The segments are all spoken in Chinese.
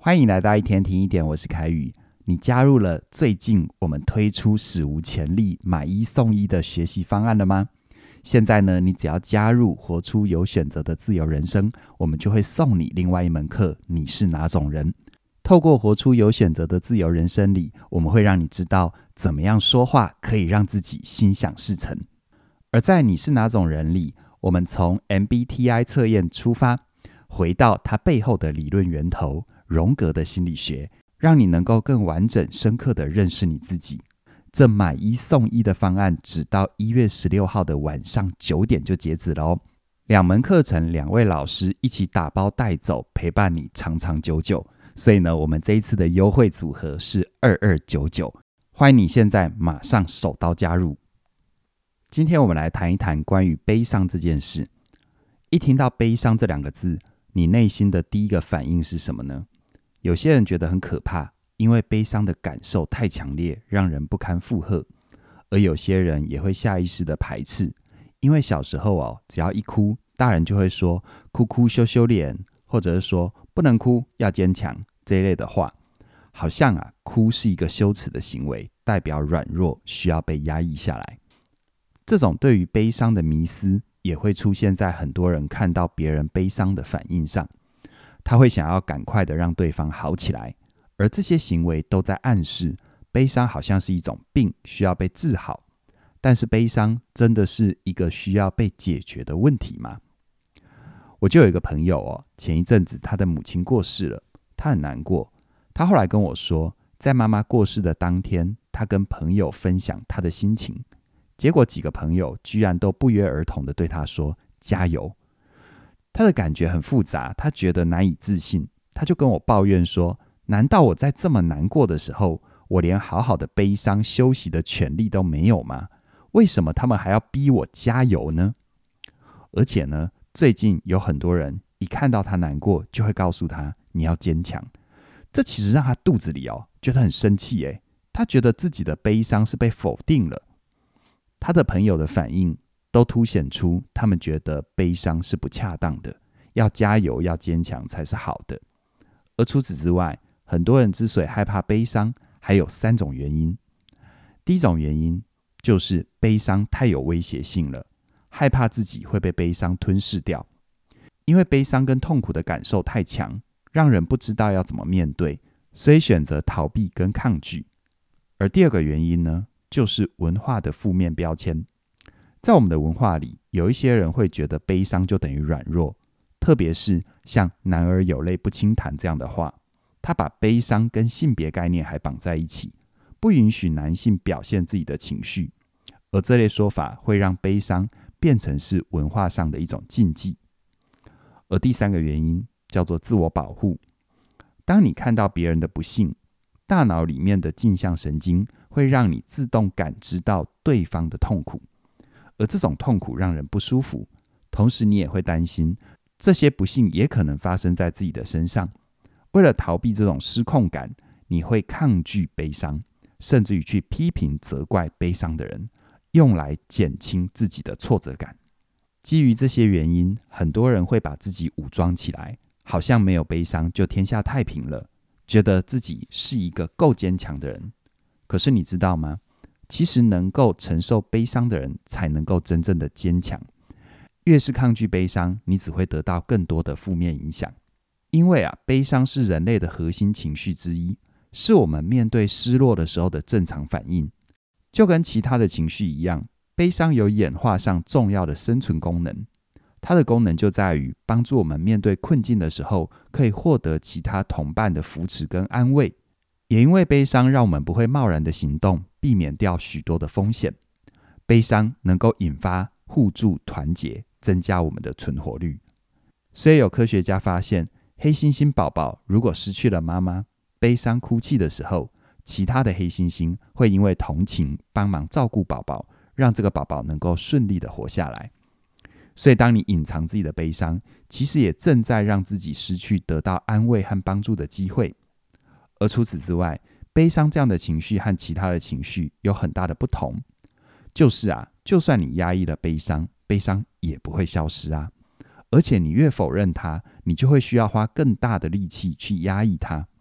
欢迎来到一天听一点，我是凯宇。你加入了最近我们推出史无前例买一送一的学习方案了吗？现在呢，你只要加入活出有选择的自由人生，我们就会送你另外一门课，你是哪种人？透过活出有选择的自由人生里，我们会让你知道怎么样说话可以让自己心想事成。而在你是哪种人里，我们从 MBTI 测验出发，回到它背后的理论源头荣格的心理学，让你能够更完整深刻地认识你自己。这买一送一的方案只到1月16号的晚上9点就截止了哦。2门课程2位老师一起打包带走，陪伴你长长久久。所以呢，我们这一次的优惠组合是2299，欢迎你现在马上手刀加入。今天我们来谈一谈关于悲伤这件事。一听到悲伤这2个字，你内心的第一个反应是什么呢？有些人觉得很可怕，因为悲伤的感受太强烈，让人不堪负荷。而有些人也会下意识的排斥，因为小时候只要一哭，大人就会说哭哭羞羞脸，或者是说不能哭，要坚强这一类的话。好像哭是一个羞耻的行为，代表软弱，需要被压抑下来。这种对于悲伤的迷思也会出现在很多人看到别人悲伤的反应上，他会想要赶快的让对方好起来，而这些行为都在暗示悲伤好像是一种病，需要被治好。但是悲伤真的是一个需要被解决的问题吗？我就有一个朋友前一阵子他的母亲过世了，他很难过。他后来跟我说，在妈妈过世的当天，他跟朋友分享他的心情，结果几个朋友居然都不约而同的对他说加油。他的感觉很复杂，他觉得难以置信，他就跟我抱怨说，难道我在这么难过的时候，我连好好的悲伤休息的权利都没有吗？为什么他们还要逼我加油呢？而且呢，最近有很多人一看到他难过，就会告诉他你要坚强。这其实让他肚子里觉得很生气耶，他觉得自己的悲伤是被否定了。他的朋友的反应都凸显出他们觉得悲伤是不恰当的，要加油要坚强才是好的。而除此之外，很多人之所以害怕悲伤，还有3种原因。第一种原因就是悲伤太有威胁性了，害怕自己会被悲伤吞噬掉。因为悲伤跟痛苦的感受太强，让人不知道要怎么面对，所以选择逃避跟抗拒。而第2个原因呢，就是文化的负面标签。在我们的文化里，有一些人会觉得悲伤就等于软弱，特别是像男儿有泪不轻弹这样的话，他把悲伤跟性别概念还绑在一起，不允许男性表现自己的情绪。而这类说法会让悲伤变成是文化上的一种禁忌。而第3个原因叫做自我保护。当你看到别人的不幸，大脑里面的镜像神经会让你自动感知到对方的痛苦，而这种痛苦让人不舒服，同时你也会担心这些不幸也可能发生在自己的身上。为了逃避这种失控感，你会抗拒悲伤，甚至于去批评责怪悲伤的人，用来减轻自己的挫折感。基于这些原因，很多人会把自己武装起来，好像没有悲伤就天下太平了，觉得自己是一个够坚强的人。可是你知道吗？其实能够承受悲伤的人才能够真正的坚强。越是抗拒悲伤，你只会得到更多的负面影响。因为悲伤是人类的核心情绪之一，是我们面对失落的时候的正常反应。就跟其他的情绪一样，悲伤有演化上重要的生存功能。它的功能就在于帮助我们面对困境的时候，可以获得其他同伴的扶持跟安慰。也因为悲伤让我们不会贸然的行动，避免掉许多的风险。悲伤能够引发互助团结，增加我们的存活率。所以有科学家发现，黑猩猩宝宝如果失去了妈妈，悲伤哭泣的时候，其他的黑猩猩会因为同情帮忙照顾宝宝，让这个宝宝能够顺利的活下来。所以当你隐藏自己的悲伤，其实也正在让自己失去得到安慰和帮助的机会。而除此之外，悲伤这样的情绪和其他的情绪有很大的不同，就是就算你压抑了悲伤，悲伤也不会消失而且你越否认它，你就会需要花更大的力气去压抑它。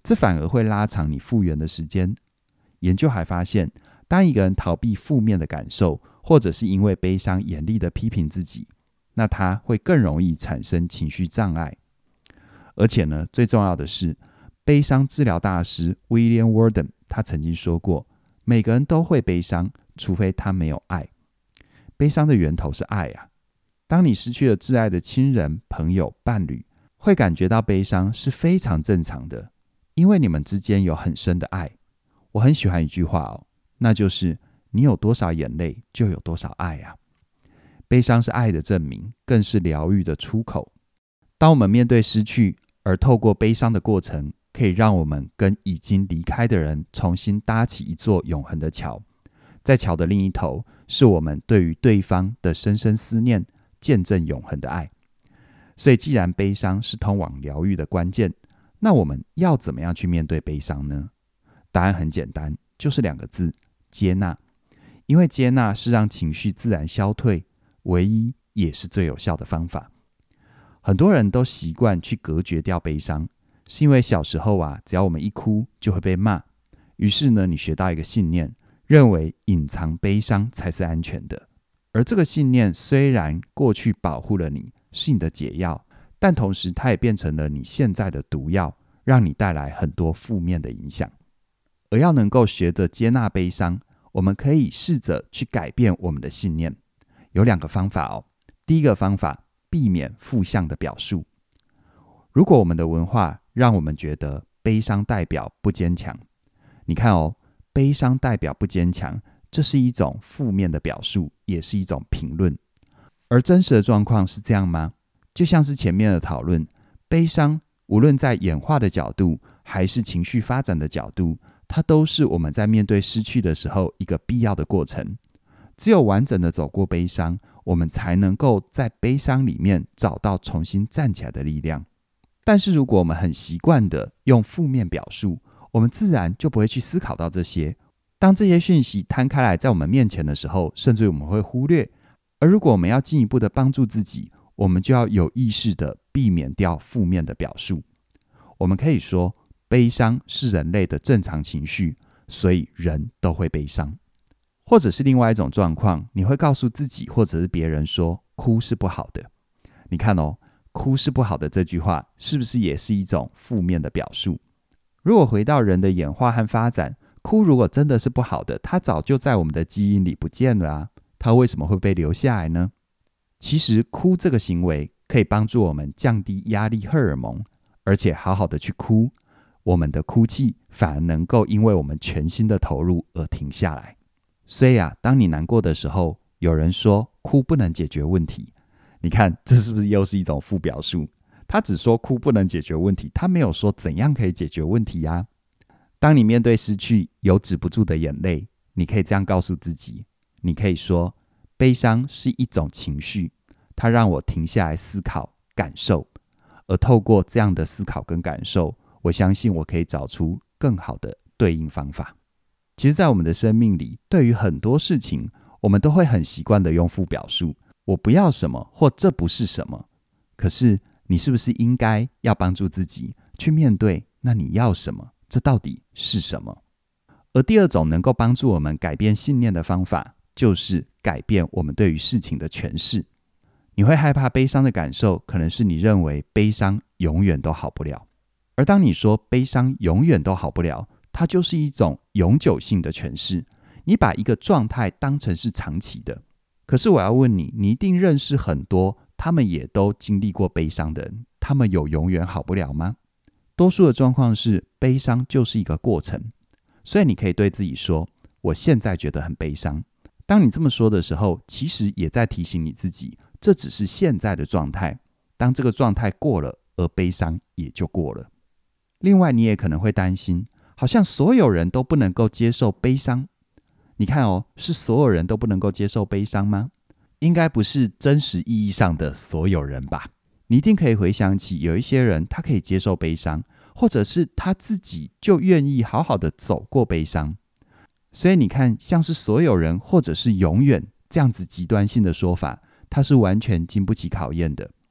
这反而会拉长你复原的时间。研究还发现，当一个人逃避负面的感受，或者是因为悲伤严厉的批评自己，那他会更容易产生情绪障碍。而且呢，最重要的是，悲伤治疗大师 William Worden 他曾经说过，每个人都会悲伤，除非他没有爱。悲伤的源头是爱啊。当你失去了挚爱的亲人、朋友、伴侣，会感觉到悲伤是非常正常的，因为你们之间有很深的爱。我很喜欢一句话哦，那就是你有多少眼泪，就有多少爱啊。悲伤是爱的证明，更是疗愈的出口。当我们面对失去，而透过悲伤的过程，可以让我们跟已经离开的人重新搭起一座永恒的桥。在桥的另一头，是我们对于对方的深深思念，见证永恒的爱。所以既然悲伤是通往疗愈的关键，那我们要怎么样去面对悲伤呢？答案很简单，就是2个字：接纳。因为接纳是让情绪自然消退，唯一也是最有效的方法。很多人都习惯去隔绝掉悲伤，是因为小时候只要我们一哭就会被骂。于是呢，你学到一个信念，认为隐藏悲伤才是安全的。而这个信念虽然过去保护了你，是你的解药，但同时它也变成了你现在的毒药，让你带来很多负面的影响。而要能够学着接纳悲伤，我们可以试着去改变我们的信念。有2个方法哦。第一个方法，避免负向的表述。如果我们的文化让我们觉得悲伤代表不坚强，你看哦，悲伤代表不坚强，这是一种负面的表述，也是一种评论。而真实的状况是这样吗？就像是前面的讨论，悲伤无论在演化的角度，还是情绪发展的角度，它都是我们在面对失去的时候一个必要的过程。只有完整的走过悲伤，我们才能够在悲伤里面找到重新站起来的力量。但是如果我们很习惯的用负面表述，我们自然就不会去思考到这些。当这些讯息摊开来在我们面前的时候，甚至我们会忽略。而如果我们要进一步的帮助自己，我们就要有意识的避免掉负面的表述。我们可以说，悲伤是人类的正常情绪，所以人都会悲伤。或者是另外一种状况，你会告诉自己或者是别人说，哭是不好的。你看哦，哭是不好的这句话，是不是也是一种负面的表述？如果回到人的演化和发展，哭如果真的是不好的，它早就在我们的基因里不见了啊，它为什么会被留下来呢？其实哭这个行为可以帮助我们降低压力荷尔蒙，而且好好的去哭，我们的哭泣反而能够因为我们全心的投入而停下来。所以当你难过的时候，有人说哭不能解决问题，你看这是不是又是一种负表述？他只说哭不能解决问题，他没有说怎样可以解决问题呀。当你面对失去有止不住的眼泪，你可以这样告诉自己，你可以说，悲伤是一种情绪，它让我停下来思考、感受，而透过这样的思考跟感受，我相信我可以找出更好的对应方法。其实在我们的生命里，对于很多事情，我们都会很习惯的用负表述，我不要什么，或这不是什么。可是你是不是应该要帮助自己去面对，那你要什么？这到底是什么？而第二种能够帮助我们改变信念的方法，就是改变我们对于事情的诠释。你会害怕悲伤的感受，可能是你认为悲伤永远都好不了。而当你说悲伤永远都好不了，它就是一种永久性的诠释。你把一个状态当成是长期的。可是我要问你，你一定认识很多他们也都经历过悲伤的人，他们有永远好不了吗？多数的状况是，悲伤就是一个过程。所以你可以对自己说，我现在觉得很悲伤。当你这么说的时候，其实也在提醒你自己，这只是现在的状态。当这个状态过了，而悲伤也就过了。另外，你也可能会担心，好像所有人都不能够接受悲伤。你看哦，是所有人都不能够接受悲伤吗？应该不是真实意义上的所有人吧？你一定可以回想起有一些人，他可以接受悲伤，或者是他自己就愿意好好的走过悲伤。所以你看，像是所有人或者是永远这样子极端性的说法，它是完全经不起考验的。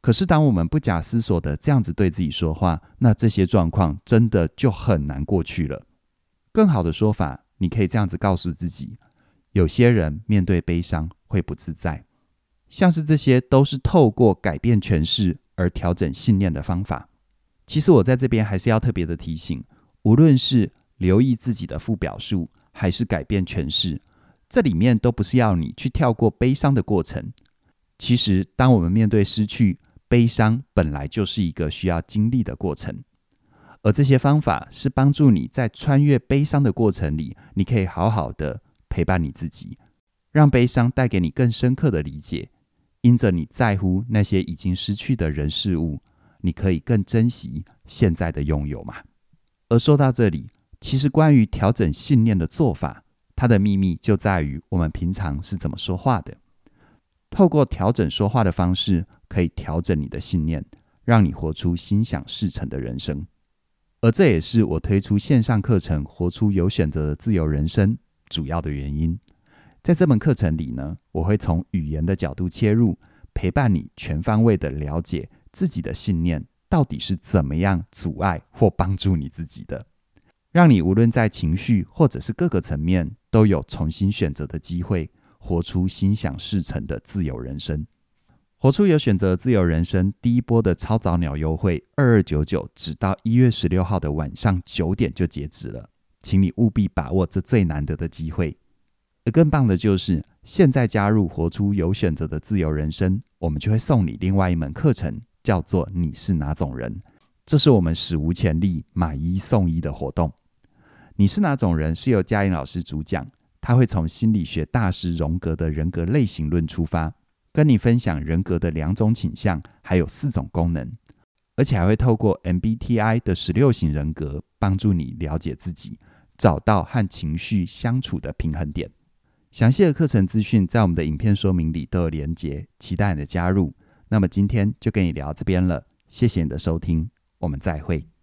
可是当我们不假思索的这样子对自己说话，那这些状况真的就很难过去了。更好的说法，你可以这样子告诉自己，有些人面对悲伤会不自在，像是这些都是透过改变诠释而调整信念的方法。其实我在这边还是要特别的提醒，无论是留意自己的负表述，还是改变诠释，这里面都不是要你去跳过悲伤的过程。其实当我们面对失去，悲伤本来就是一个需要经历的过程，而这些方法是帮助你在穿越悲伤的过程里，你可以好好的陪伴你自己，让悲伤带给你更深刻的理解。因着你在乎那些已经失去的人事物，你可以更珍惜现在的拥有嘛。而说到这里，其实关于调整信念的做法，它的秘密就在于我们平常是怎么说话的。透过调整说话的方式，可以调整你的信念，让你活出心想事成的人生。而这也是我推出线上课程活出有选择的自由人生主要的原因。在这门课程里呢，我会从语言的角度切入，陪伴你全方位的了解自己的信念到底是怎么样阻碍或帮助你自己的，让你无论在情绪或者是各个层面都有重新选择的机会，活出心想事成的自由人生。活出有选择的自由人生第一波的超早鸟优惠2299，直到1月16号的晚上9点就截止了，请你务必把握这最难得的机会。而更棒的就是，现在加入活出有选择的自由人生，我们就会送你另外一门课程，叫做你是哪种人。这是我们史无前例买一送一的活动。你是哪种人是由嘉颖老师主讲，他会从心理学大师荣格的人格类型论出发，跟你分享人格的2种倾向，还有4种功能，而且还会透过 MBTI 的16型人格，帮助你了解自己，找到和情绪相处的平衡点。详细的课程资讯在我们的影片说明里都有连结，期待你的加入。那么今天就跟你聊这边了，谢谢你的收听，我们再会。